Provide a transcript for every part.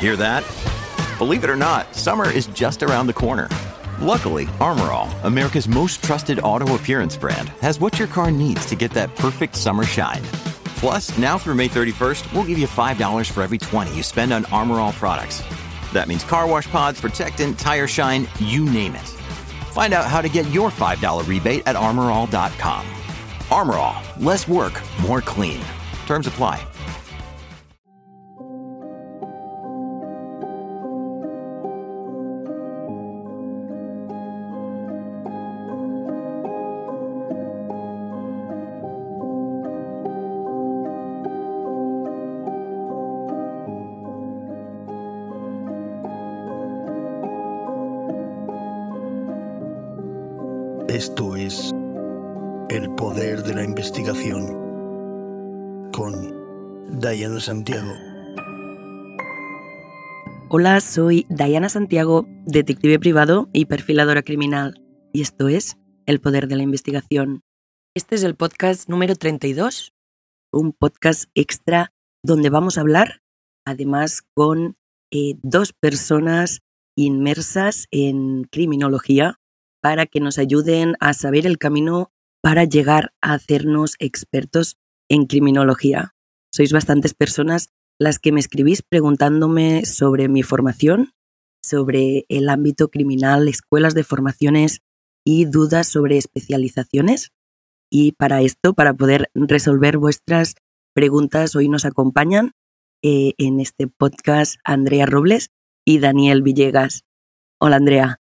Hear that? Believe it or not, summer is just around the corner. Luckily, Armor All, America's most trusted auto appearance brand, has what your car needs to get that perfect summer shine. Plus, now through May 31st, we'll give you $5 for every $20 you spend on Armor All products. That means car wash pods, protectant, tire shine, you name it. Find out how to get your $5 rebate at armorall.com. Armor All, less work, more clean. Terms apply. Esto es El Poder de la Investigación con Dayana Santiago. Hola, soy Dayana Santiago, detective privado y perfiladora criminal, y esto es El Poder de la Investigación. Este es el podcast número 32, un podcast extra donde vamos a hablar, además, con dos personas inmersas en criminología para que nos ayuden a saber el camino para llegar a hacernos expertos en criminología. Sois bastantes personas las que me escribís preguntándome sobre mi formación, sobre el ámbito criminal, escuelas de formaciones y dudas sobre especializaciones. Y para esto, para poder resolver vuestras preguntas, hoy nos acompañan en este podcast Andrea Robles y Daniel Villegas. Hola, Andrea.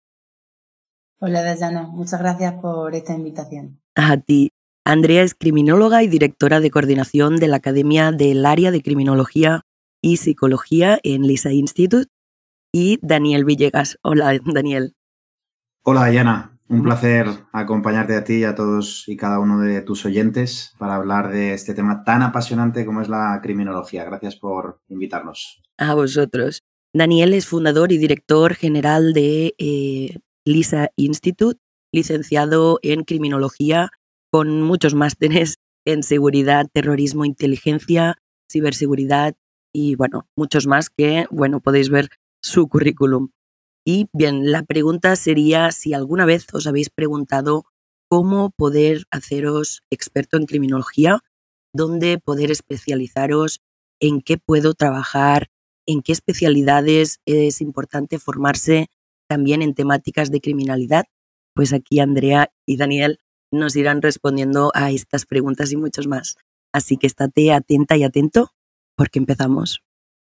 Hola, Dayana. Muchas gracias por esta invitación. A ti. Andrea es criminóloga y directora de coordinación de la Academia del Área de Criminología y Psicología en Lisa Institute. Y Daniel Villegas. Hola, Daniel. Hola, Dayana. Un placer acompañarte a ti y a todos y cada uno de tus oyentes para hablar de este tema tan apasionante como es la criminología. Gracias por invitarnos. A vosotros. Daniel es fundador y director general de Lisa Institute, licenciado en criminología con muchos másteres en seguridad, terrorismo, inteligencia, ciberseguridad y, muchos más que, podéis ver su currículum. Y bien, la pregunta sería si alguna vez os habéis preguntado cómo poder haceros experto en criminología, dónde poder especializaros, en qué puedo trabajar, en qué especialidades es importante formarse también en temáticas de criminalidad. Pues aquí Andrea y Daniel nos irán respondiendo a estas preguntas y muchos más. Así que estate atenta y atento porque empezamos.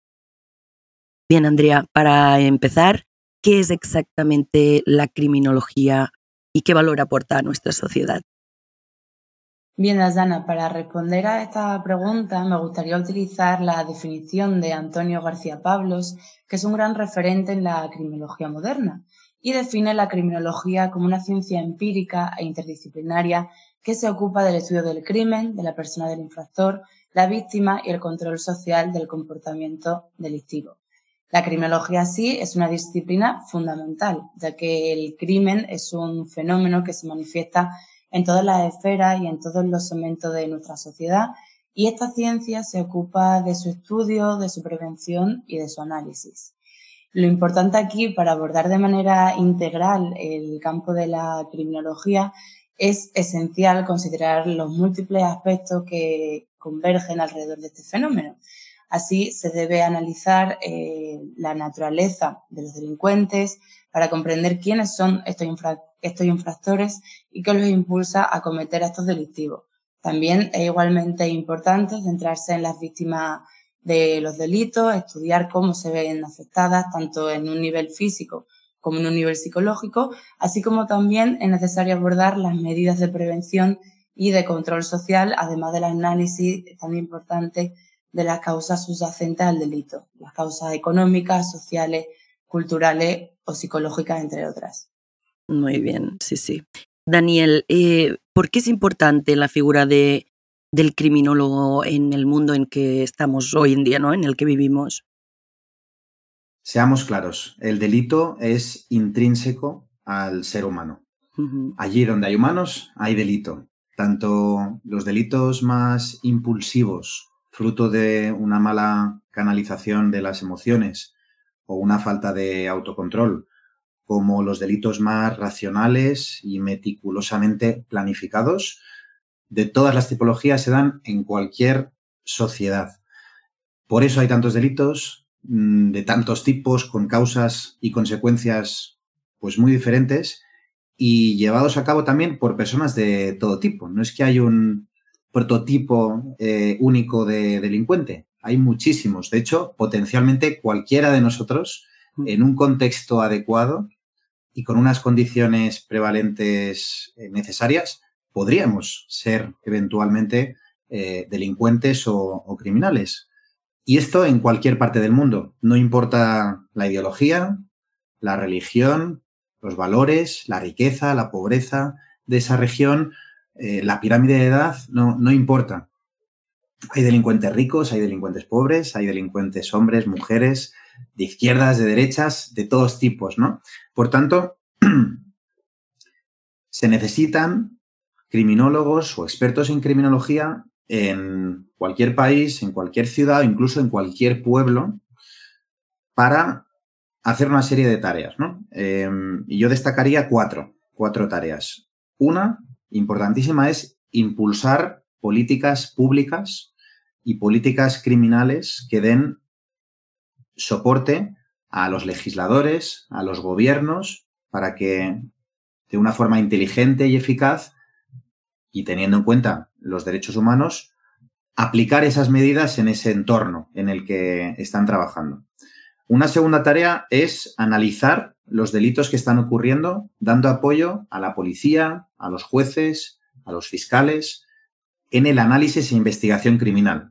Bien, Andrea, para empezar, ¿qué es exactamente la criminología y qué valor aporta a nuestra sociedad? Bien, Dayana, para responder a esta pregunta me gustaría utilizar la definición de Antonio García Pablos, que es un gran referente en la criminología moderna, y define la criminología como una ciencia empírica e interdisciplinaria que se ocupa del estudio del crimen, de la persona del infractor, la víctima y el control social del comportamiento delictivo. La criminología así es una disciplina fundamental, ya que el crimen es un fenómeno que se manifiesta en todas las esferas y en todos los segmentos de nuestra sociedad, y esta ciencia se ocupa de su estudio, de su prevención y de su análisis. Lo importante aquí para abordar de manera integral el campo de la criminología es esencial considerar los múltiples aspectos que convergen alrededor de este fenómeno. Así se debe analizar la naturaleza de los delincuentes para comprender quiénes son estos infractores y qué los impulsa a cometer actos delictivos. También es igualmente importante centrarse en las víctimas de los delitos, estudiar cómo se ven afectadas tanto en un nivel físico como en un nivel psicológico, así como también es necesario abordar las medidas de prevención y de control social, además del análisis tan importante de las causas subyacentes al delito, las causas económicas, sociales, culturales o psicológicas, entre otras. Muy bien, sí. Daniel, ¿por qué es importante la figura del criminólogo en el mundo en que estamos hoy en día, ¿no? En el que vivimos? Seamos claros, el delito es intrínseco al ser humano. Uh-huh. Allí donde hay humanos, hay delito. Tanto los delitos más impulsivos, fruto de una mala canalización de las emociones, o una falta de autocontrol, como los delitos más racionales y meticulosamente planificados, de todas las tipologías se dan en cualquier sociedad. Por eso hay tantos delitos de tantos tipos, con causas y consecuencias pues muy diferentes y llevados a cabo también por personas de todo tipo. No es que hay un prototipo único de delincuente, hay muchísimos. De hecho, potencialmente cualquiera de nosotros, en un contexto adecuado y con unas condiciones prevalentes necesarias, podríamos ser eventualmente delincuentes o criminales. Y esto en cualquier parte del mundo. No importa la ideología, la religión, los valores, la riqueza, la pobreza de esa región, la pirámide de edad, no importa. Hay delincuentes ricos, hay delincuentes pobres, hay delincuentes hombres, mujeres, de izquierdas, de derechas, de todos tipos, ¿no? Por tanto, se necesitan criminólogos o expertos en criminología en cualquier país, en cualquier ciudad, incluso en cualquier pueblo, para hacer una serie de tareas, ¿no? Y yo destacaría cuatro tareas. Una, importantísima, es impulsar políticas públicas y políticas criminales que den soporte a los legisladores, a los gobiernos, para que de una forma inteligente y eficaz y teniendo en cuenta los derechos humanos, aplicar esas medidas en ese entorno en el que están trabajando. Una segunda tarea es analizar los delitos que están ocurriendo, dando apoyo a la policía, a los jueces, a los fiscales, en el análisis e investigación criminal.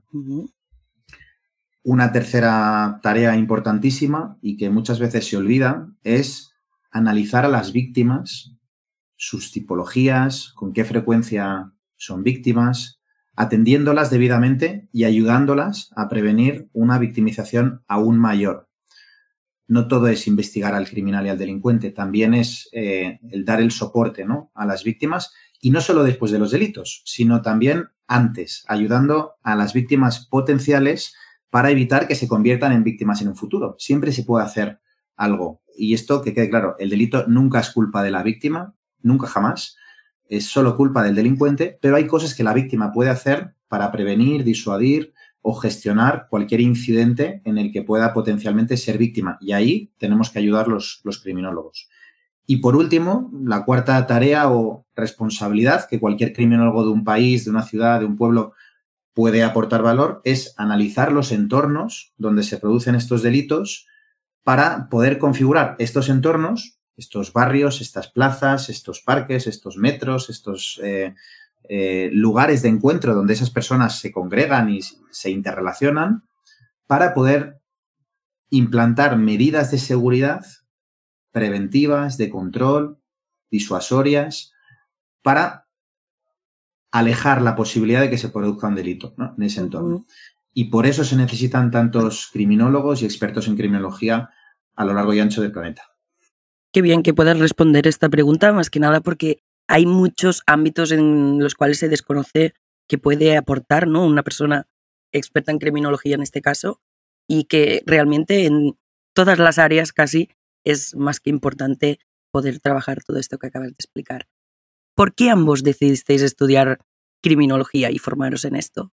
Una tercera tarea importantísima y que muchas veces se olvida es analizar a las víctimas, sus tipologías, con qué frecuencia son víctimas, atendiéndolas debidamente y ayudándolas a prevenir una victimización aún mayor. No todo es investigar al criminal y al delincuente, también es el dar el soporte, ¿no?, a las víctimas, y no solo después de los delitos, sino también antes, ayudando a las víctimas potenciales para evitar que se conviertan en víctimas en un futuro. Siempre se puede hacer algo. Y esto, que quede claro, el delito nunca es culpa de la víctima, nunca jamás, es solo culpa del delincuente, pero hay cosas que la víctima puede hacer para prevenir, disuadir o gestionar cualquier incidente en el que pueda potencialmente ser víctima. Y ahí tenemos que ayudar los criminólogos. Y por último, la cuarta tarea o responsabilidad que cualquier criminólogo de un país, de una ciudad, de un pueblo puede aportar valor es analizar los entornos donde se producen estos delitos para poder configurar estos entornos, estos barrios, estas plazas, estos parques, estos metros, estos lugares de encuentro donde esas personas se congregan y se interrelacionan para poder implantar medidas de seguridad preventivas, de control, disuasorias, para alejar la posibilidad de que se produzca un delito, ¿no?, en ese entorno. Y por eso se necesitan tantos criminólogos y expertos en criminología a lo largo y ancho del planeta. Qué bien que puedas responder esta pregunta, más que nada porque hay muchos ámbitos en los cuales se desconoce que puede aportar, ¿no?, una persona experta en criminología en este caso, y que realmente en todas las áreas casi es más que importante poder trabajar todo esto que acabas de explicar. ¿Por qué ambos decidisteis estudiar criminología y formaros en esto?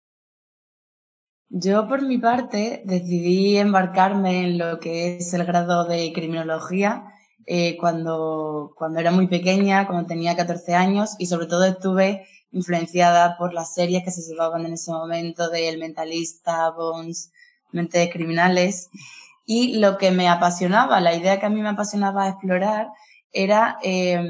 Yo, por mi parte, decidí embarcarme en lo que es el grado de criminología cuando era muy pequeña, cuando tenía 14 años, y sobre todo estuve influenciada por las series que se llevaban en ese momento de El Mentalista, Bones, Mentes Criminales. Y lo que me apasionaba, la idea que a mí me apasionaba explorar era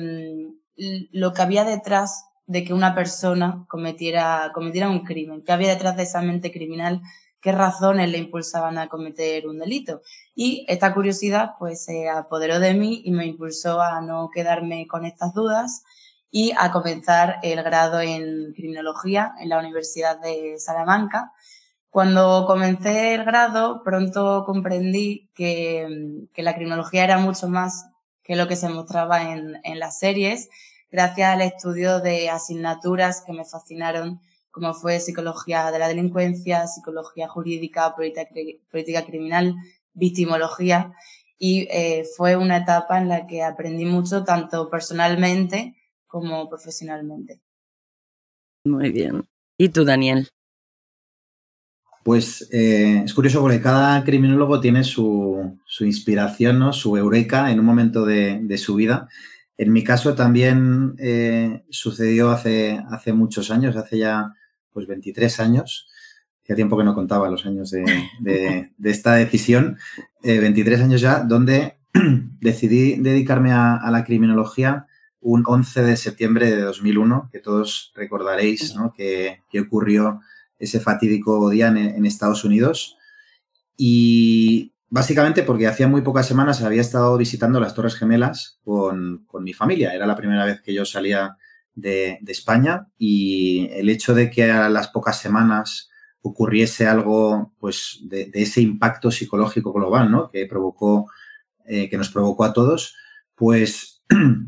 lo que había detrás de que una persona cometiera un crimen, qué había detrás de esa mente criminal, qué razones le impulsaban a cometer un delito. Y esta curiosidad pues se apoderó de mí y me impulsó a no quedarme con estas dudas y a comenzar el grado en criminología en la Universidad de Salamanca. Cuando comencé el grado, pronto comprendí que la criminología era mucho más que lo que se mostraba en las series, gracias al estudio de asignaturas que me fascinaron, como fue psicología de la delincuencia, psicología jurídica, política criminal, victimología y fue una etapa en la que aprendí mucho tanto personalmente como profesionalmente. Muy bien. ¿Y tú, Daniel? Pues es curioso porque cada criminólogo tiene su inspiración, ¿no? Su eureka en un momento de su vida. En mi caso también sucedió hace muchos años, hace ya pues 23 años. Hacía tiempo que no contaba los años de esta decisión. 23 años ya, donde decidí dedicarme a la criminología un 11 de septiembre de 2001, que todos recordaréis, ¿no? que ocurrió ese fatídico día en Estados Unidos. Y básicamente porque hacía muy pocas semanas había estado visitando las Torres Gemelas con mi familia. Era la primera vez que yo salía de España y el hecho de que a las pocas semanas ocurriese algo pues de ese impacto psicológico global, ¿no? que nos provocó a todos, pues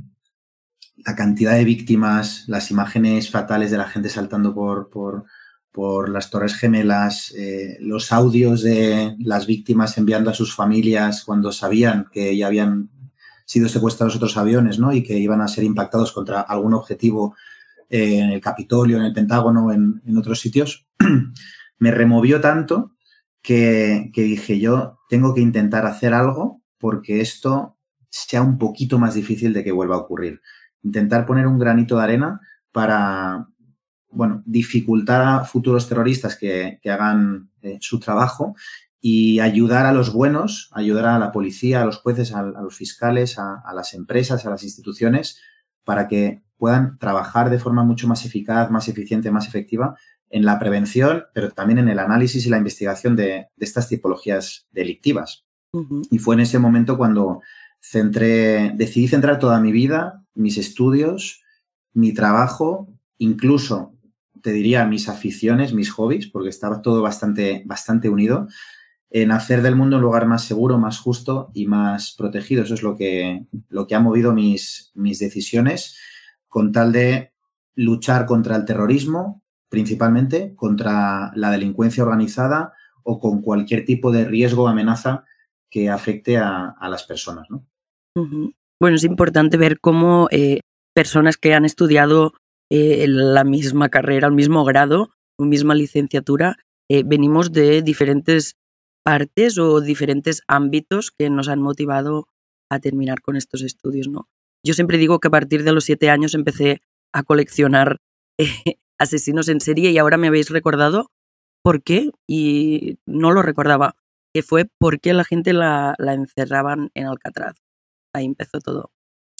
la cantidad de víctimas, las imágenes fatales de la gente saltando por las Torres Gemelas, los audios de las víctimas enviando a sus familias cuando sabían que ya habían sido secuestrados otros aviones, ¿no? Y que iban a ser impactados contra algún objetivo en el Capitolio, en el Pentágono, en otros sitios, me removió tanto que dije, yo tengo que intentar hacer algo porque esto sea un poquito más difícil de que vuelva a ocurrir. Intentar poner un granito de arena para, bueno, dificultar a futuros terroristas que hagan su trabajo y ayudar a los buenos, ayudar a la policía, a los jueces, a los fiscales, a las empresas, a las instituciones, para que puedan trabajar de forma mucho más eficaz, más eficiente, más efectiva en la prevención, pero también en el análisis y la investigación de estas tipologías delictivas. Uh-huh. Y fue en ese momento cuando decidí centrar toda mi vida, mis estudios, mi trabajo, incluso, te diría, mis aficiones, mis hobbies, porque estaba todo bastante unido, en hacer del mundo un lugar más seguro, más justo y más protegido. Eso es lo que ha movido mis decisiones, con tal de luchar contra el terrorismo, principalmente, contra la delincuencia organizada o con cualquier tipo de riesgo o amenaza que afecte a las personas, ¿no? Uh-huh. Bueno, es importante ver cómo personas que han estudiado la misma carrera, el mismo grado, la misma licenciatura, venimos de diferentes partes o diferentes ámbitos que nos han motivado a terminar con estos estudios, ¿no? Yo siempre digo que a partir de los 7 años empecé a coleccionar asesinos en serie y ahora me habéis recordado por qué y no lo recordaba, que fue por qué la gente la encerraban en Alcatraz. Ahí empezó todo.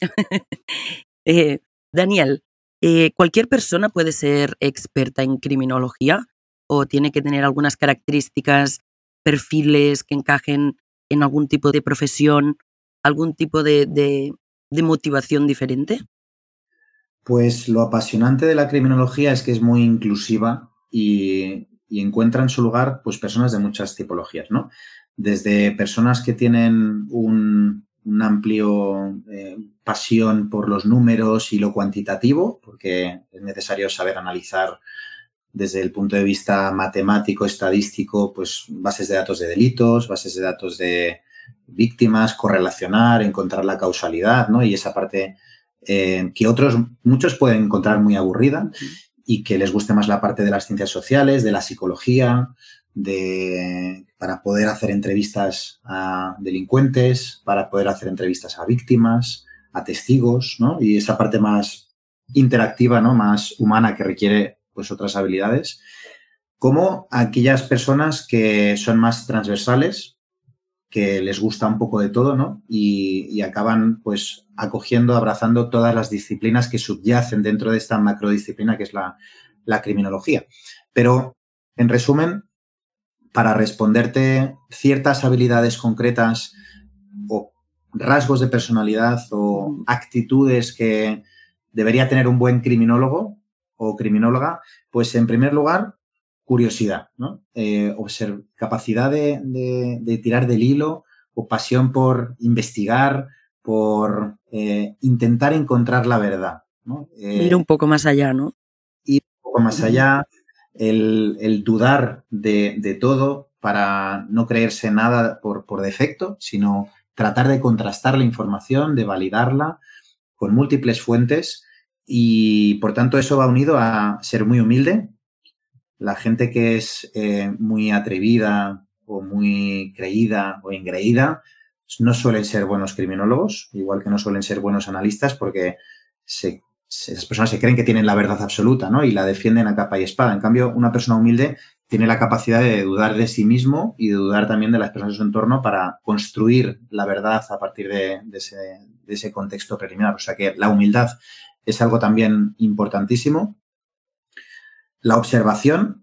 Daniel, ¿cualquier persona puede ser experta en criminología o tiene que tener algunas características, perfiles que encajen en algún tipo de profesión, algún tipo de motivación diferente? Pues lo apasionante de la criminología es que es muy inclusiva y encuentra en su lugar pues personas de muchas tipologías, ¿no? Desde personas que tienen un amplio pasión por los números y lo cuantitativo, porque es necesario saber analizar desde el punto de vista matemático, estadístico, pues bases de datos de delitos, bases de datos de víctimas, correlacionar, encontrar la causalidad, ¿no? Y esa parte que muchos pueden encontrar muy aburrida y que les guste más la parte de las ciencias sociales, de la psicología, para poder hacer entrevistas a delincuentes, para poder hacer entrevistas a víctimas, a testigos, ¿no? Y esa parte más interactiva, ¿no? Más humana que requiere pues otras habilidades, como aquellas personas que son más transversales, que les gusta un poco de todo, ¿no? Y acaban pues acogiendo, abrazando todas las disciplinas que subyacen dentro de esta macrodisciplina que es la criminología. Pero, en resumen, para responderte ciertas habilidades concretas o rasgos de personalidad o actitudes que debería tener un buen criminólogo o criminóloga, pues en primer lugar, curiosidad, ¿no? Capacidad de tirar del hilo o pasión por investigar, por intentar encontrar la verdad, ¿no? Ir un poco más allá, ¿no? Ir un poco más allá, el dudar de todo, para no creerse nada por defecto, sino tratar de contrastar la información, de validarla con múltiples fuentes y, por tanto, eso va unido a ser muy humilde. La gente que es muy atrevida o muy creída o engreída no suelen ser buenos criminólogos, igual que no suelen ser buenos analistas, porque esas personas se creen que tienen la verdad absoluta, ¿no? Y la defienden a capa y espada. En cambio, una persona humilde tiene la capacidad de dudar de sí mismo y de dudar también de las personas de su entorno para construir la verdad a partir de ese contexto preliminar. O sea que la humildad es algo también importantísimo. La observación,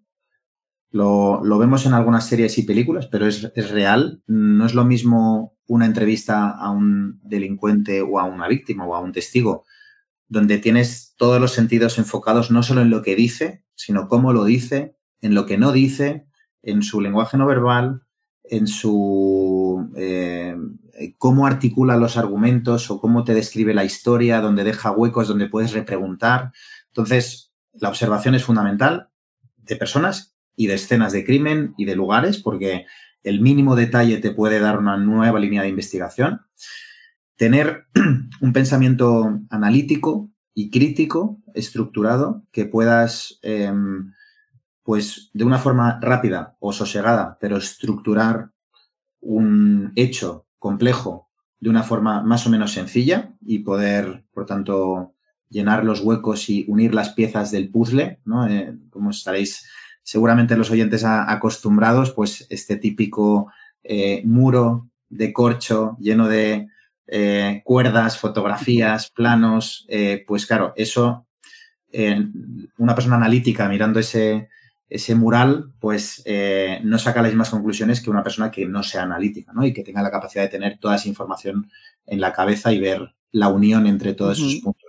lo vemos en algunas series y películas, pero es real. No es lo mismo una entrevista a un delincuente o a una víctima o a un testigo, donde tienes todos los sentidos enfocados no solo en lo que dice, sino cómo lo dice, en lo que no dice, en su lenguaje no verbal, en su cómo articula los argumentos o cómo te describe la historia, donde deja huecos, donde puedes repreguntar. Entonces, la observación es fundamental de personas y de escenas de crimen y de lugares, porque el mínimo detalle te puede dar una nueva línea de investigación. Tener un pensamiento analítico y crítico, estructurado, que puedas, pues, de una forma rápida o sosegada, pero estructurar un hecho complejo de una forma más o menos sencilla y poder, por tanto, llenar los huecos y unir las piezas del puzzle, ¿no? Como estaréis seguramente los oyentes acostumbrados, pues este típico muro de corcho lleno de cuerdas, fotografías, planos, pues claro, eso, una persona analítica mirando ese mural, pues no saca las mismas conclusiones que una persona que no sea analítica, ¿no? Y que tenga la capacidad de tener toda esa información en la cabeza y ver la unión entre todos esos puntos.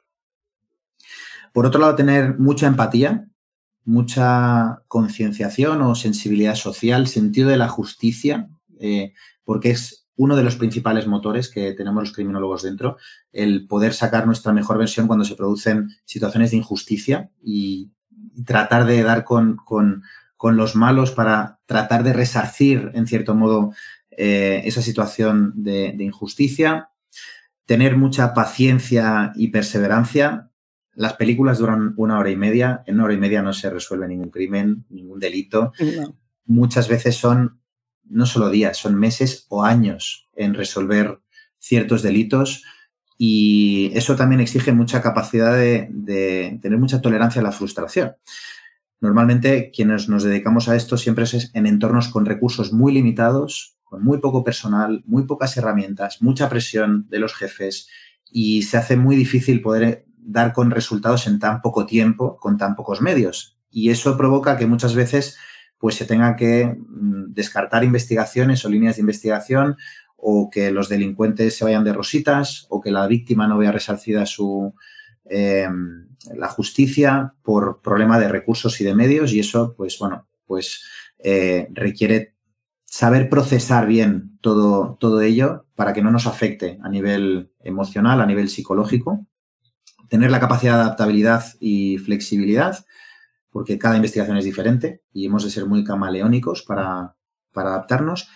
Por otro lado, tener mucha empatía, mucha concienciación o sensibilidad social, sentido de la justicia, porque es uno de los principales motores que tenemos los criminólogos dentro, el poder sacar nuestra mejor versión cuando se producen situaciones de injusticia y tratar de dar con los malos para tratar de resarcir, en cierto modo, esa situación de injusticia. Tener mucha paciencia y perseverancia. Las películas duran 1 hora y media. En 1 hora y media no se resuelve ningún crimen, ningún delito. No. Muchas veces son no solo días, son meses o años en resolver ciertos delitos y eso también exige mucha capacidad de tener mucha tolerancia a la frustración. Normalmente, quienes nos dedicamos a esto siempre es en entornos con recursos muy limitados, con muy poco personal, muy pocas herramientas, mucha presión de los jefes y se hace muy difícil poder dar con resultados en tan poco tiempo, con tan pocos medios. Y eso provoca que muchas veces pues se tenga que descartar investigaciones o líneas de investigación o que los delincuentes se vayan de rositas o que la víctima no vea resarcida la justicia por problema de recursos y de medios y eso, pues bueno, pues requiere saber procesar bien todo ello para que no nos afecte a nivel emocional, a nivel psicológico, tener la capacidad de adaptabilidad y flexibilidad, porque cada investigación es diferente y hemos de ser muy camaleónicos para adaptarnos.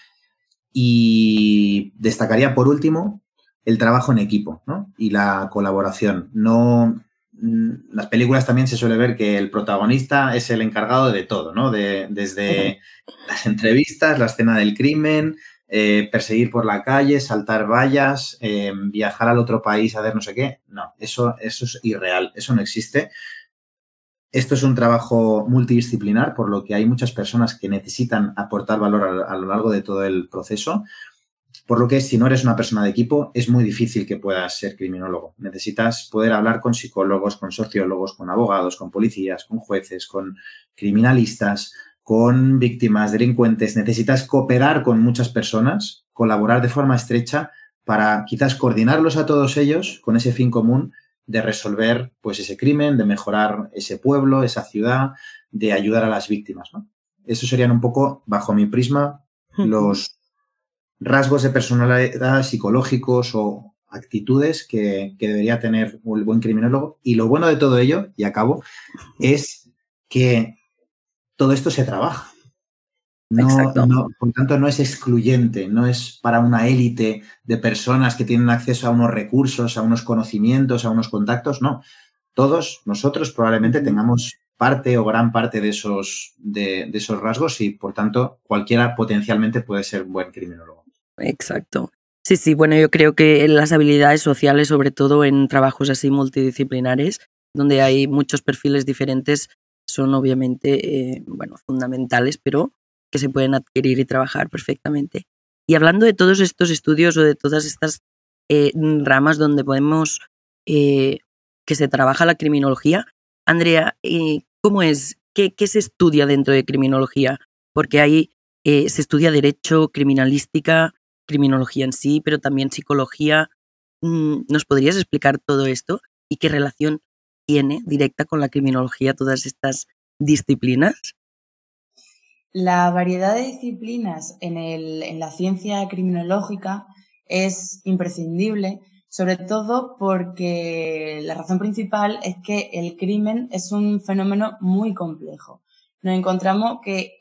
Y destacaría, por último, el trabajo en equipo, ¿no? Y la colaboración. Las películas también se suele ver que el protagonista es el encargado de todo, ¿no? Desde las entrevistas, la escena del crimen, perseguir por la calle, saltar vallas, viajar al otro país a ver no sé qué. No, eso es irreal, eso no existe. Esto es un trabajo multidisciplinar, por lo que hay muchas personas que necesitan aportar valor a lo largo de todo el proceso, por lo que si no eres una persona de equipo es muy difícil que puedas ser criminólogo. Necesitas poder hablar con psicólogos, con sociólogos, con abogados, con policías, con jueces, con criminalistas, con víctimas, delincuentes. Necesitas cooperar con muchas personas, colaborar de forma estrecha para quizás coordinarlos a todos ellos con ese fin común de resolver pues ese crimen, de mejorar ese pueblo, esa ciudad, de ayudar a las víctimas, ¿no? Eso serían un poco, bajo mi prisma, los rasgos de personalidad psicológicos o actitudes que debería tener un buen criminólogo. Y lo bueno de todo ello, y acabo, es que todo esto se trabaja. Exacto. Por tanto, no es excluyente, no es para una élite de personas que tienen acceso a unos recursos, a unos conocimientos, a unos contactos, no. Todos nosotros probablemente tengamos parte o gran parte de esos rasgos y, por tanto, cualquiera potencialmente puede ser un buen criminólogo. Exacto. Sí, sí, bueno, yo creo que las habilidades sociales, sobre todo en trabajos así multidisciplinares, donde hay muchos perfiles diferentes, son obviamente, fundamentales, pero que se pueden adquirir y trabajar perfectamente. Y hablando de todos estos estudios o de todas estas ramas donde podemos, que se trabaja la criminología, Andrea, ¿cómo es? ¿Qué se estudia dentro de criminología? Porque ahí se estudia derecho, criminalística, criminología en sí, pero también psicología. ¿Nos podrías explicar todo esto y qué relación tiene directa con la criminología todas estas disciplinas? La variedad de disciplinas en la ciencia criminológica es imprescindible, sobre todo porque la razón principal es que el crimen es un fenómeno muy complejo. Nos encontramos que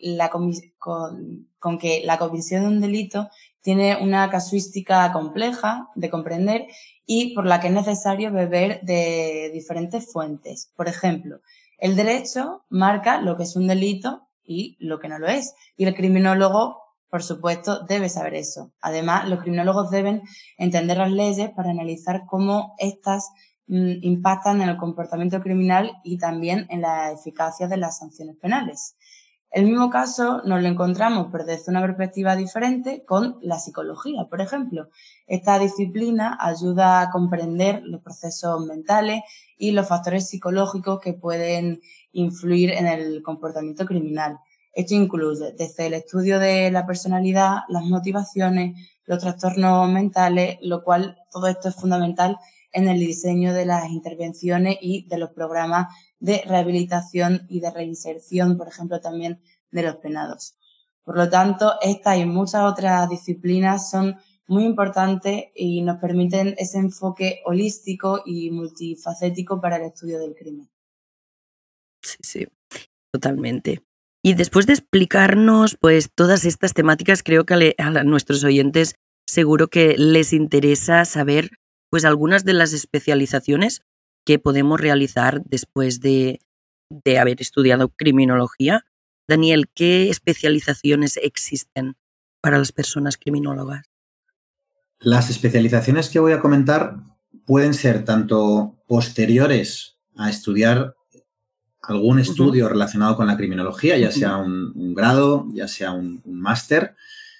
con que la comisión de un delito tiene una casuística compleja de comprender y por la que es necesario beber de diferentes fuentes. Por ejemplo, el derecho marca lo que es un delito y lo que no lo es. Y el criminólogo, por supuesto, debe saber eso. Además, los criminólogos deben entender las leyes para analizar cómo éstas impactan en el comportamiento criminal y también en la eficacia de las sanciones penales. El mismo caso nos lo encontramos, pero desde una perspectiva diferente, con la psicología, por ejemplo. Esta disciplina ayuda a comprender los procesos mentales y los factores psicológicos que pueden influir en el comportamiento criminal. Esto incluye desde el estudio de la personalidad, las motivaciones, los trastornos mentales, lo cual todo esto es fundamental en el diseño de las intervenciones y de los programas de rehabilitación y de reinserción, por ejemplo, también de los penados. Por lo tanto, esta y muchas otras disciplinas son muy importantes y nos permiten ese enfoque holístico y multifacético para el estudio del crimen. Sí, sí, totalmente. Y después de explicarnos pues todas estas temáticas, creo que a nuestros oyentes seguro que les interesa saber pues algunas de las especializaciones que podemos realizar después de haber estudiado criminología. Daniel, ¿qué especializaciones existen para las personas criminólogas? Las especializaciones que voy a comentar pueden ser tanto posteriores a estudiar algún estudio relacionado con la criminología, ya sea un grado, ya sea un máster,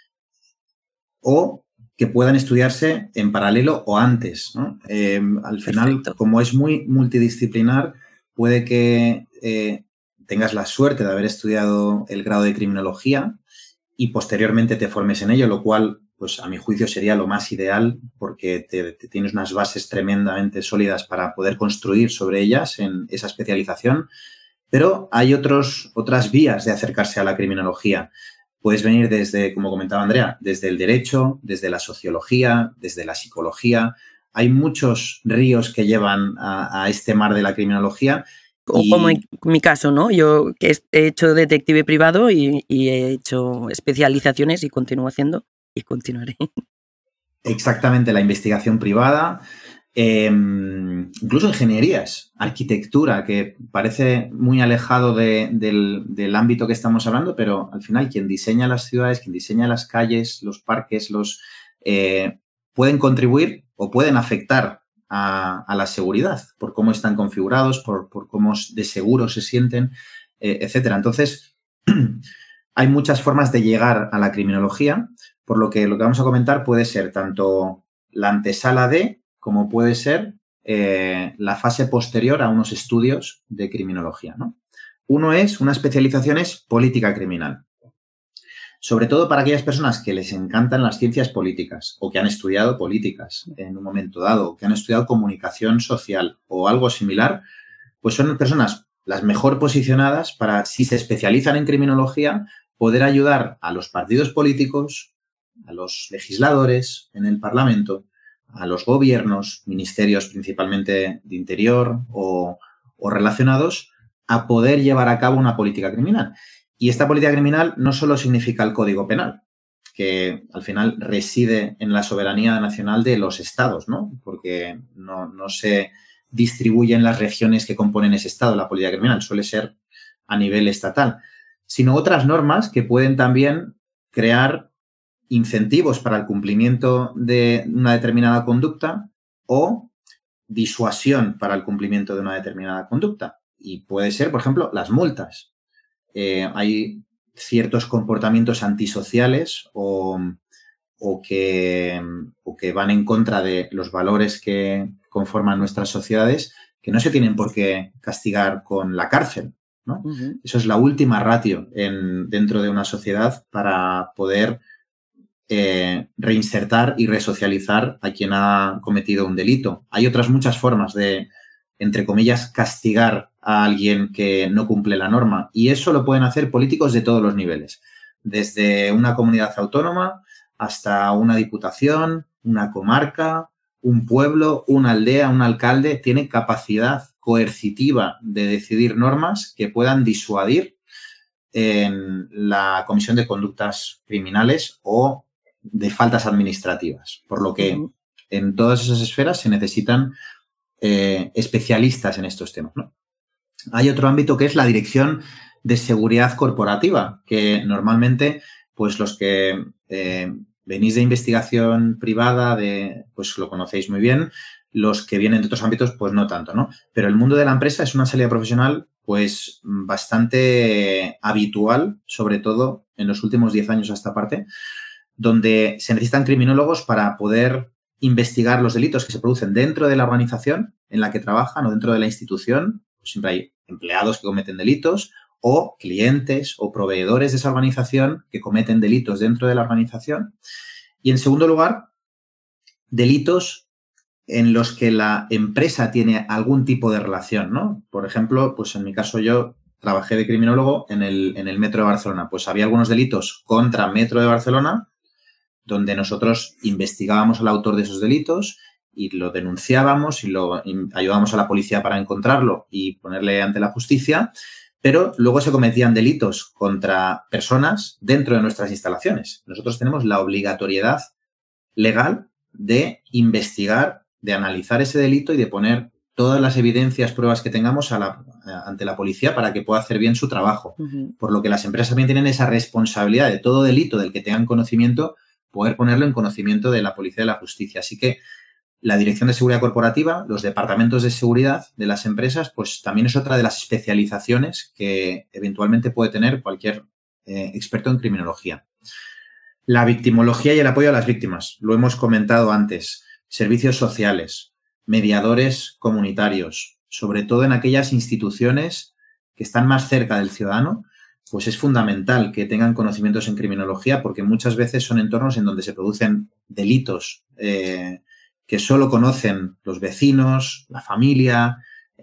o que puedan estudiarse en paralelo o antes, ¿no? Al final, perfecto, como es muy multidisciplinar, puede que tengas la suerte de haber estudiado el grado de criminología y posteriormente te formes en ello, lo cual, pues a mi juicio, sería lo más ideal porque te tienes unas bases tremendamente sólidas para poder construir sobre ellas en esa especialización. Pero hay otras vías de acercarse a la criminología. Puedes venir desde, como comentaba Andrea, desde el derecho, desde la sociología, desde la psicología. Hay muchos ríos que llevan a este mar de la criminología. Como en mi caso, ¿no? Yo que he hecho detective privado y he hecho especializaciones y continúo haciendo y continuaré. Exactamente, la investigación privada, incluso ingenierías, arquitectura, que parece muy alejado del ámbito que estamos hablando, pero al final quien diseña las ciudades, quien diseña las calles, los parques, pueden contribuir o pueden afectar a la seguridad por cómo están configurados, por cómo de seguro se sienten, etcétera. Entonces, hay muchas formas de llegar a la criminología, por lo que vamos a comentar puede ser tanto la antesala de, como puede ser la fase posterior a unos estudios de criminología, ¿no? Una especialización es política criminal. Sobre todo para aquellas personas que les encantan las ciencias políticas o que han estudiado políticas en un momento dado, que han estudiado comunicación social o algo similar, pues son personas las mejor posicionadas para, si se especializan en criminología, poder ayudar a los partidos políticos, a los legisladores en el Parlamento, a los gobiernos, ministerios principalmente de interior o relacionados, a poder llevar a cabo una política criminal. Y esta política criminal no solo significa el Código Penal, que al final reside en la soberanía nacional de los estados, ¿no? Porque no se distribuye en las regiones que componen ese estado la política criminal, suele ser a nivel estatal, sino otras normas que pueden también crear incentivos para el cumplimiento de una determinada conducta o disuasión para el cumplimiento de una determinada conducta. Y puede ser, por ejemplo, las multas. Hay ciertos comportamientos antisociales o que van en contra de los valores que conforman nuestras sociedades que no se tienen por qué castigar con la cárcel, ¿no? Uh-huh. Eso es la última ratio dentro de una sociedad para poder reinsertar y resocializar a quien ha cometido un delito. Hay otras muchas formas de, entre comillas, castigar a alguien que no cumple la norma, y eso lo pueden hacer políticos de todos los niveles, desde una comunidad autónoma hasta una diputación, una comarca, un pueblo, una aldea, un alcalde. Tiene capacidad coercitiva de decidir normas que puedan disuadir en la comisión de conductas criminales o de faltas administrativas, por lo que en todas esas esferas se necesitan especialistas en estos temas, ¿no? Hay otro ámbito que es la Dirección de Seguridad Corporativa, que normalmente, pues los que venís de investigación privada, pues lo conocéis muy bien, los que vienen de otros ámbitos, pues no tanto, ¿no? Pero el mundo de la empresa es una salida profesional, pues bastante habitual, sobre todo en los últimos 10 años a esta parte, donde se necesitan criminólogos para poder investigar los delitos que se producen dentro de la organización en la que trabajan o dentro de la institución. Pues siempre hay empleados que cometen delitos o clientes o proveedores de esa organización que cometen delitos dentro de la organización. Y en segundo lugar, delitos en los que la empresa tiene algún tipo de relación, ¿no? Por ejemplo, pues en mi caso yo trabajé de criminólogo en el Metro de Barcelona. Pues había algunos delitos contra Metro de Barcelona donde nosotros investigábamos al autor de esos delitos y lo denunciábamos y lo ayudábamos a la policía para encontrarlo y ponerle ante la justicia, pero luego se cometían delitos contra personas dentro de nuestras instalaciones. Nosotros tenemos la obligatoriedad legal de investigar, de analizar ese delito y de poner todas las evidencias, pruebas que tengamos ante la policía para que pueda hacer bien su trabajo. Uh-huh. Por lo que las empresas también tienen esa responsabilidad de todo delito del que tengan conocimiento, poder ponerlo en conocimiento de la policía y de la justicia. Así que la Dirección de Seguridad Corporativa, los departamentos de seguridad de las empresas, pues también es otra de las especializaciones que eventualmente puede tener cualquier experto en criminología. La victimología y el apoyo a las víctimas, lo hemos comentado antes. Servicios sociales, mediadores comunitarios, sobre todo en aquellas instituciones que están más cerca del ciudadano, pues es fundamental que tengan conocimientos en criminología, porque muchas veces son entornos en donde se producen delitos que solo conocen los vecinos, la familia,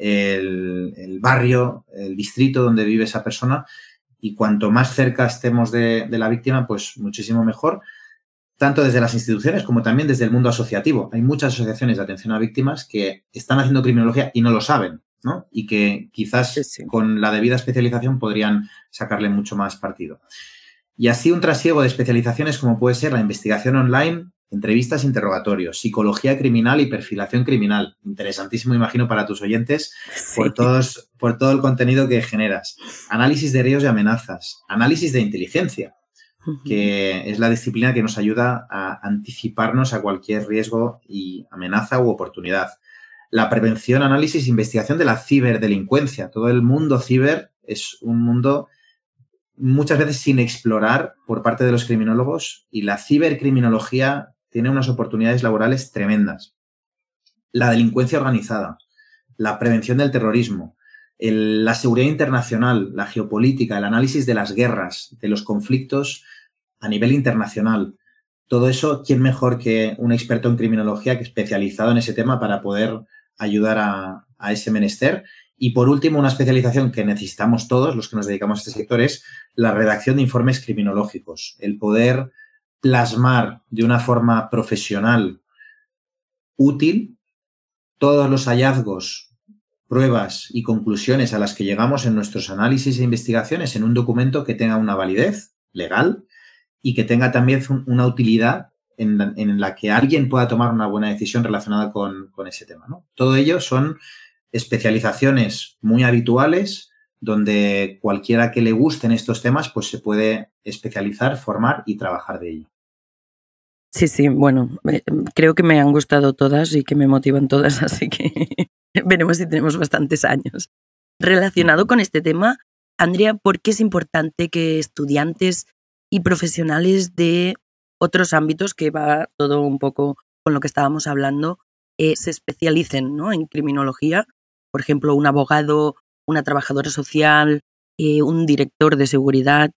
el barrio, el distrito donde vive esa persona, y cuanto más cerca estemos de la víctima, pues muchísimo mejor, tanto desde las instituciones como también desde el mundo asociativo. Hay muchas asociaciones de atención a víctimas que están haciendo criminología y no lo saben, ¿no? Y que quizás sí, con la debida especialización podrían sacarle mucho más partido. Y así un trasiego de especializaciones como puede ser la investigación online, entrevistas, interrogatorios, psicología criminal y perfilación criminal. Interesantísimo, imagino, para tus oyentes, sí, por todo el contenido que generas. Análisis de riesgos y amenazas. Análisis de inteligencia, que es la disciplina que nos ayuda a anticiparnos a cualquier riesgo y amenaza u oportunidad. La prevención, análisis e investigación de la ciberdelincuencia. Todo el mundo ciber es un mundo muchas veces sin explorar por parte de los criminólogos, y la cibercriminología tiene unas oportunidades laborales tremendas. La delincuencia organizada, la prevención del terrorismo, la seguridad internacional, la geopolítica, el análisis de las guerras, de los conflictos a nivel internacional. Todo eso, ¿quién mejor que un experto en criminología que especializado en ese tema para poder ayudar a ese menester? Y por último, una especialización que necesitamos todos los que nos dedicamos a este sector es la redacción de informes criminológicos, el poder plasmar de una forma profesional útil todos los hallazgos pruebas y conclusiones a las que llegamos en nuestros análisis e investigaciones en un documento que tenga una validez legal y que tenga también una utilidad en la que alguien pueda tomar una buena decisión relacionada con ese tema, ¿no? Todo ello son especializaciones muy habituales donde cualquiera que le gusten estos temas pues se puede especializar, formar y trabajar de ello. Sí, bueno, creo que me han gustado todas y que me motivan todas, así que veremos si tenemos bastantes años. Relacionado con este tema, Andrea, ¿por qué es importante que estudiantes y profesionales de otros ámbitos, que va todo un poco con lo que estábamos hablando, se especialicen, ¿no?, en criminología? Por ejemplo, un abogado, una trabajadora social, un director de seguridad.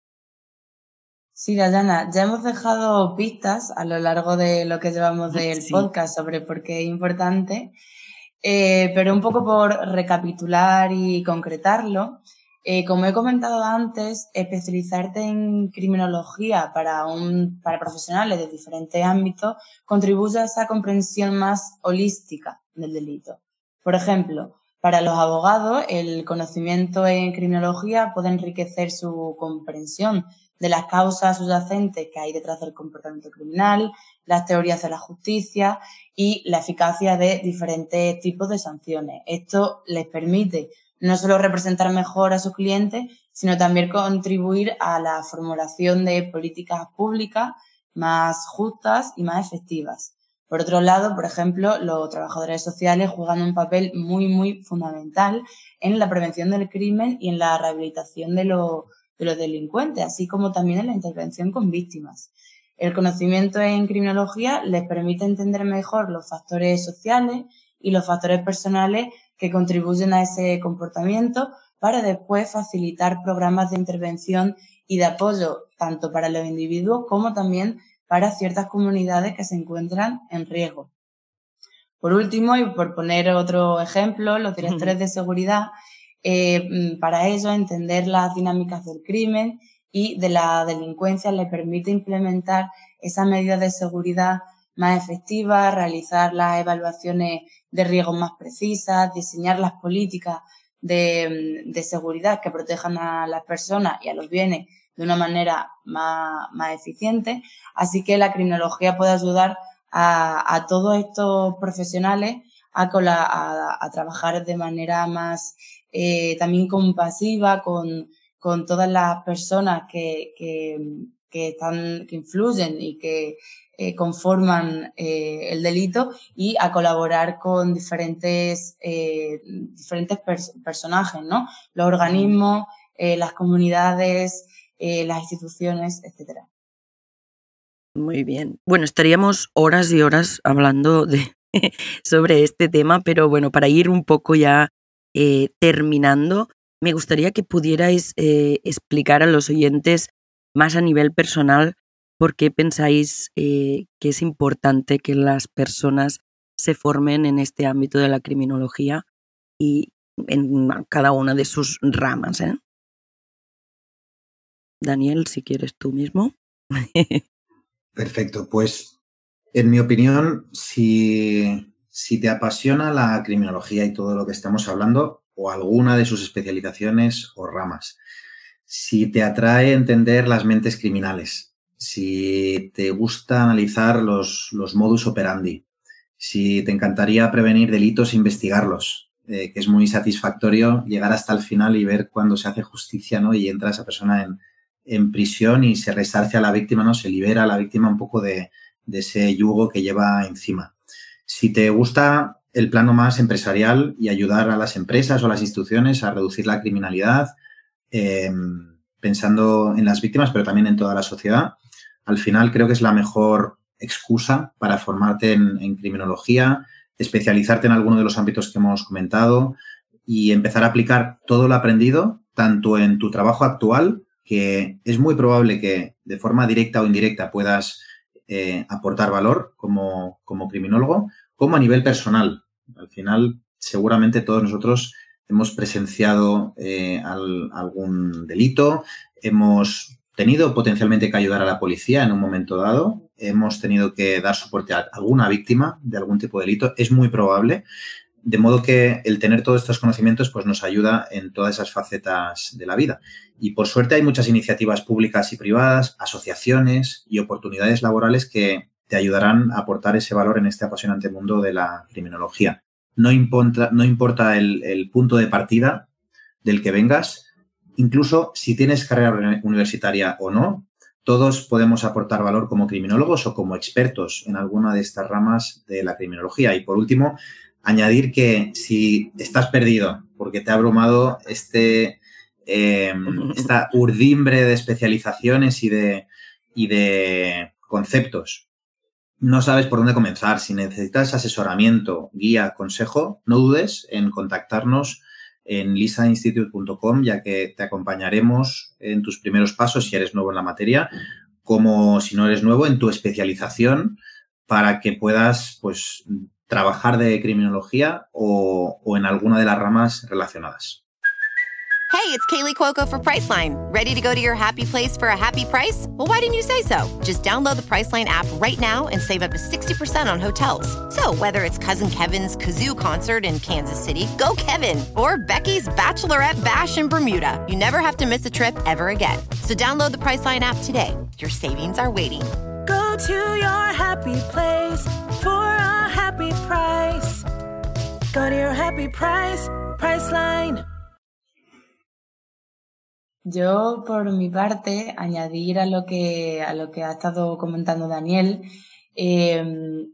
Sí, Dayana, ya hemos dejado pistas a lo largo de lo que llevamos del podcast sobre por qué es importante, pero un poco por recapitular y concretarlo, como he comentado antes, especializarte en criminología para profesionales de diferentes ámbitos contribuye a esa comprensión más holística del delito. Por ejemplo, para los abogados, el conocimiento en criminología puede enriquecer su comprensión de las causas subyacentes que hay detrás del comportamiento criminal, las teorías de la justicia y la eficacia de diferentes tipos de sanciones. Esto les permite no solo representar mejor a sus clientes, sino también contribuir a la formulación de políticas públicas más justas y más efectivas. Por otro lado, por ejemplo, los trabajadores sociales juegan un papel muy, muy fundamental en la prevención del crimen y en la rehabilitación de los delincuentes, así como también en la intervención con víctimas. El conocimiento en criminología les permite entender mejor los factores sociales y los factores personales que contribuyen a ese comportamiento para después facilitar programas de intervención y de apoyo tanto para los individuos como también para ciertas comunidades que se encuentran en riesgo. Por último, y por poner otro ejemplo, los directores de seguridad, para ellos entender las dinámicas del crimen y de la delincuencia les permite implementar esas medidas de seguridad más efectivas, realizar las evaluaciones de riesgos más precisas, diseñar las políticas de seguridad que protejan a las personas y a los bienes de una manera más eficiente. Así que la criminología puede ayudar a todos estos profesionales a trabajar de manera más también compasiva con todas las personas que influyen y que conforman el delito, y a colaborar con diferentes personajes, ¿no? Los organismos, las comunidades, las instituciones, etcétera. Muy bien. Bueno, estaríamos horas y horas hablando sobre este tema, pero bueno, para ir un poco ya terminando, me gustaría que pudierais explicar a los oyentes más a nivel personal por qué pensáis que es importante que las personas se formen en este ámbito de la criminología y en cada una de sus ramas, ¿eh? Daniel, si quieres tú mismo. Perfecto, pues en mi opinión, si te apasiona la criminología y todo lo que estamos hablando, o alguna de sus especializaciones o ramas, si te atrae entender las mentes criminales, si te gusta analizar los modus operandi, si te encantaría prevenir delitos e investigarlos, que es muy satisfactorio llegar hasta el final y ver cuando se hace justicia, ¿no? Y entra esa persona en prisión y se resarce a la víctima, ¿no? Se libera a la víctima un poco de ese yugo que lleva encima. Si te gusta el plano más empresarial y ayudar a las empresas o a las instituciones a reducir la criminalidad, pensando en las víctimas, pero también en toda la sociedad, al final creo que es la mejor excusa para formarte en criminología, especializarte en alguno de los ámbitos que hemos comentado y empezar a aplicar todo lo aprendido, tanto en tu trabajo actual, que es muy probable que de forma directa o indirecta puedas aportar valor como criminólogo, como a nivel personal. Al final, seguramente todos nosotros hemos presenciado algún delito, hemos tenido potencialmente que ayudar a la policía en un momento dado, hemos tenido que dar soporte a alguna víctima de algún tipo de delito, es muy probable. De modo que el tener todos estos conocimientos pues nos ayuda en todas esas facetas de la vida. Y por suerte hay muchas iniciativas públicas y privadas, asociaciones y oportunidades laborales que te ayudarán a aportar ese valor en este apasionante mundo de la criminología. No importa el punto de partida del que vengas, incluso si tienes carrera universitaria o no, todos podemos aportar valor como criminólogos o como expertos en alguna de estas ramas de la criminología. Y por último, añadir que si estás perdido porque te ha abrumado esta urdimbre de especializaciones y de conceptos, no sabes por dónde comenzar, si necesitas asesoramiento, guía, consejo, no dudes en contactarnos en lisainstitute.com, ya que te acompañaremos en tus primeros pasos si eres nuevo en la materia, como si no eres nuevo en tu especialización, para que puedas pues trabajar de criminología o en alguna de las ramas relacionadas. Hey, it's Kaylee Cuoco for Priceline. Ready to go to your happy place for a happy price? Well, why didn't you say so? Just download the Priceline app right now and save up to 60% on hotels. So whether it's Cousin Kevin's Kazoo Concert in Kansas City, go Kevin, or Becky's Bachelorette Bash in Bermuda, you never have to miss a trip ever again. So download the Priceline app today. Your savings are waiting. Go to your happy place for a happy price. Go to your happy price, Priceline. Yo, por mi parte, añadir a lo que ha estado comentando Daniel, el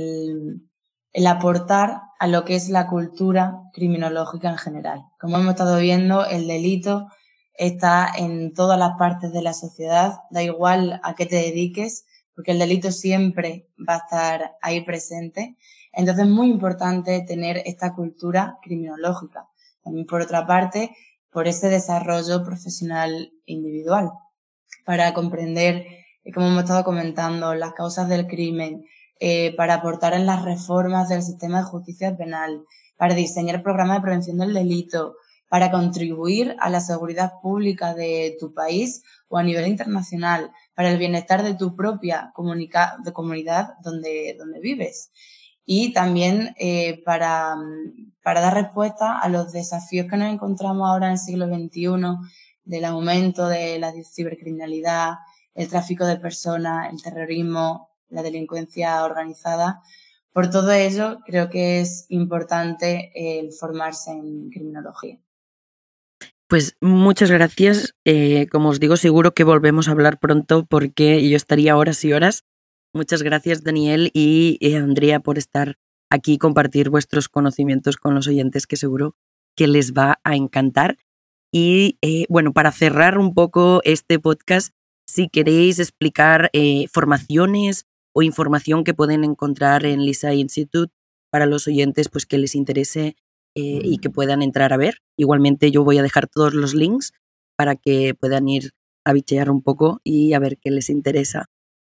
aportar a lo que es la cultura criminológica en general. Como hemos estado viendo, el delito está en todas las partes de la sociedad, da igual a qué te dediques, porque el delito siempre va a estar ahí presente. Entonces es muy importante tener esta cultura criminológica. También, por otra parte, por ese desarrollo profesional individual, para comprender, como hemos estado comentando, las causas del crimen, para aportar en las reformas del sistema de justicia penal, para diseñar programas de prevención del delito, para contribuir a la seguridad pública de tu país o a nivel internacional, para el bienestar de tu propia comunidad donde vives. Y también para dar respuesta a los desafíos que nos encontramos ahora en el siglo XXI, del aumento de la cibercriminalidad, el tráfico de personas, el terrorismo, la delincuencia organizada. Por todo ello, creo que es importante el formarse en criminología. Pues muchas gracias. Como os digo, seguro que volvemos a hablar pronto porque yo estaría horas y horas. Muchas gracias, Daniel y Andrea, por estar aquí y compartir vuestros conocimientos con los oyentes, que seguro que les va a encantar. Y bueno, para cerrar un poco este podcast, si queréis explicar formaciones o información que pueden encontrar en Lisa Institute para los oyentes pues que les interese y que puedan entrar a ver. Igualmente yo voy a dejar todos los links para que puedan ir a bichear un poco y a ver qué les interesa.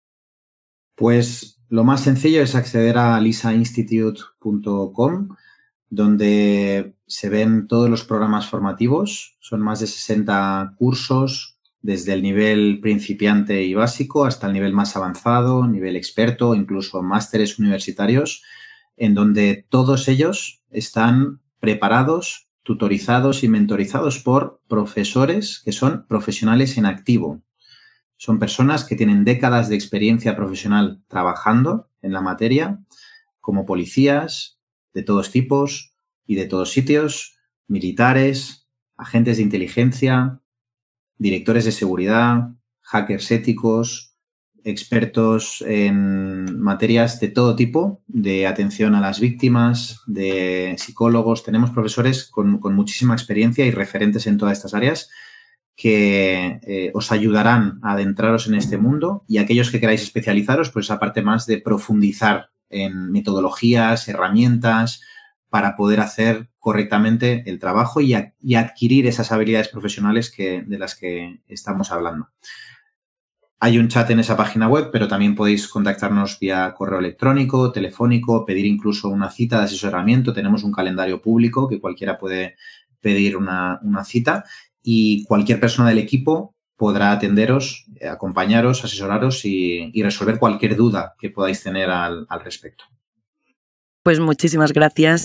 Pues lo más sencillo es acceder a lisainstitute.com, donde se ven todos los programas formativos. Son más de 60 cursos, desde el nivel principiante y básico hasta el nivel más avanzado, nivel experto, incluso másteres universitarios, en donde todos ellos están preparados, tutorizados y mentorizados por profesores que son profesionales en activo. Son personas que tienen décadas de experiencia profesional trabajando en la materia, como policías de todos tipos y de todos sitios, militares, agentes de inteligencia, directores de seguridad, hackers éticos, expertos en materias de todo tipo, de atención a las víctimas, de psicólogos. Tenemos profesores con muchísima experiencia y referentes en todas estas áreas que os ayudarán a adentraros en este mundo, y aquellos que queráis especializaros, pues esa parte más de profundizar en metodologías, herramientas, para poder hacer correctamente el trabajo y adquirir esas habilidades profesionales de las que estamos hablando. Hay un chat en esa página web, pero también podéis contactarnos vía correo electrónico, telefónico, pedir incluso una cita de asesoramiento. Tenemos un calendario público que cualquiera puede pedir una cita, y cualquier persona del equipo podrá atenderos, acompañaros, asesoraros y resolver cualquier duda que podáis tener al respecto. Pues muchísimas gracias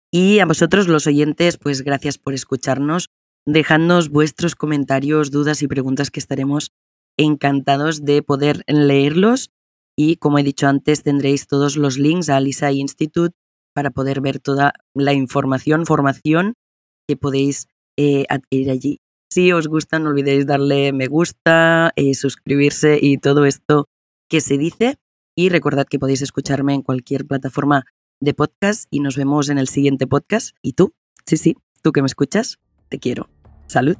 Y a vosotros, los oyentes, pues gracias por escucharnos. Dejadnos vuestros comentarios, dudas y preguntas, que estaremos encantados de poder leerlos. Y como he dicho antes, tendréis todos los links a LISA Institute para poder ver toda la formación que podéis adquirir allí. Si os gusta, no olvidéis darle me gusta, suscribirse y todo esto que se dice. Y recordad que podéis escucharme en cualquier plataforma de podcast y nos vemos en el siguiente podcast. ¿Y tú? Sí, tú que me escuchas, te quiero. Salud.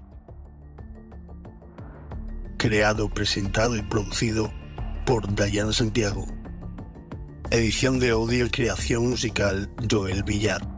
Creado, presentado y producido por Dayana Santiago. Edición de audio y creación musical Joel Villar.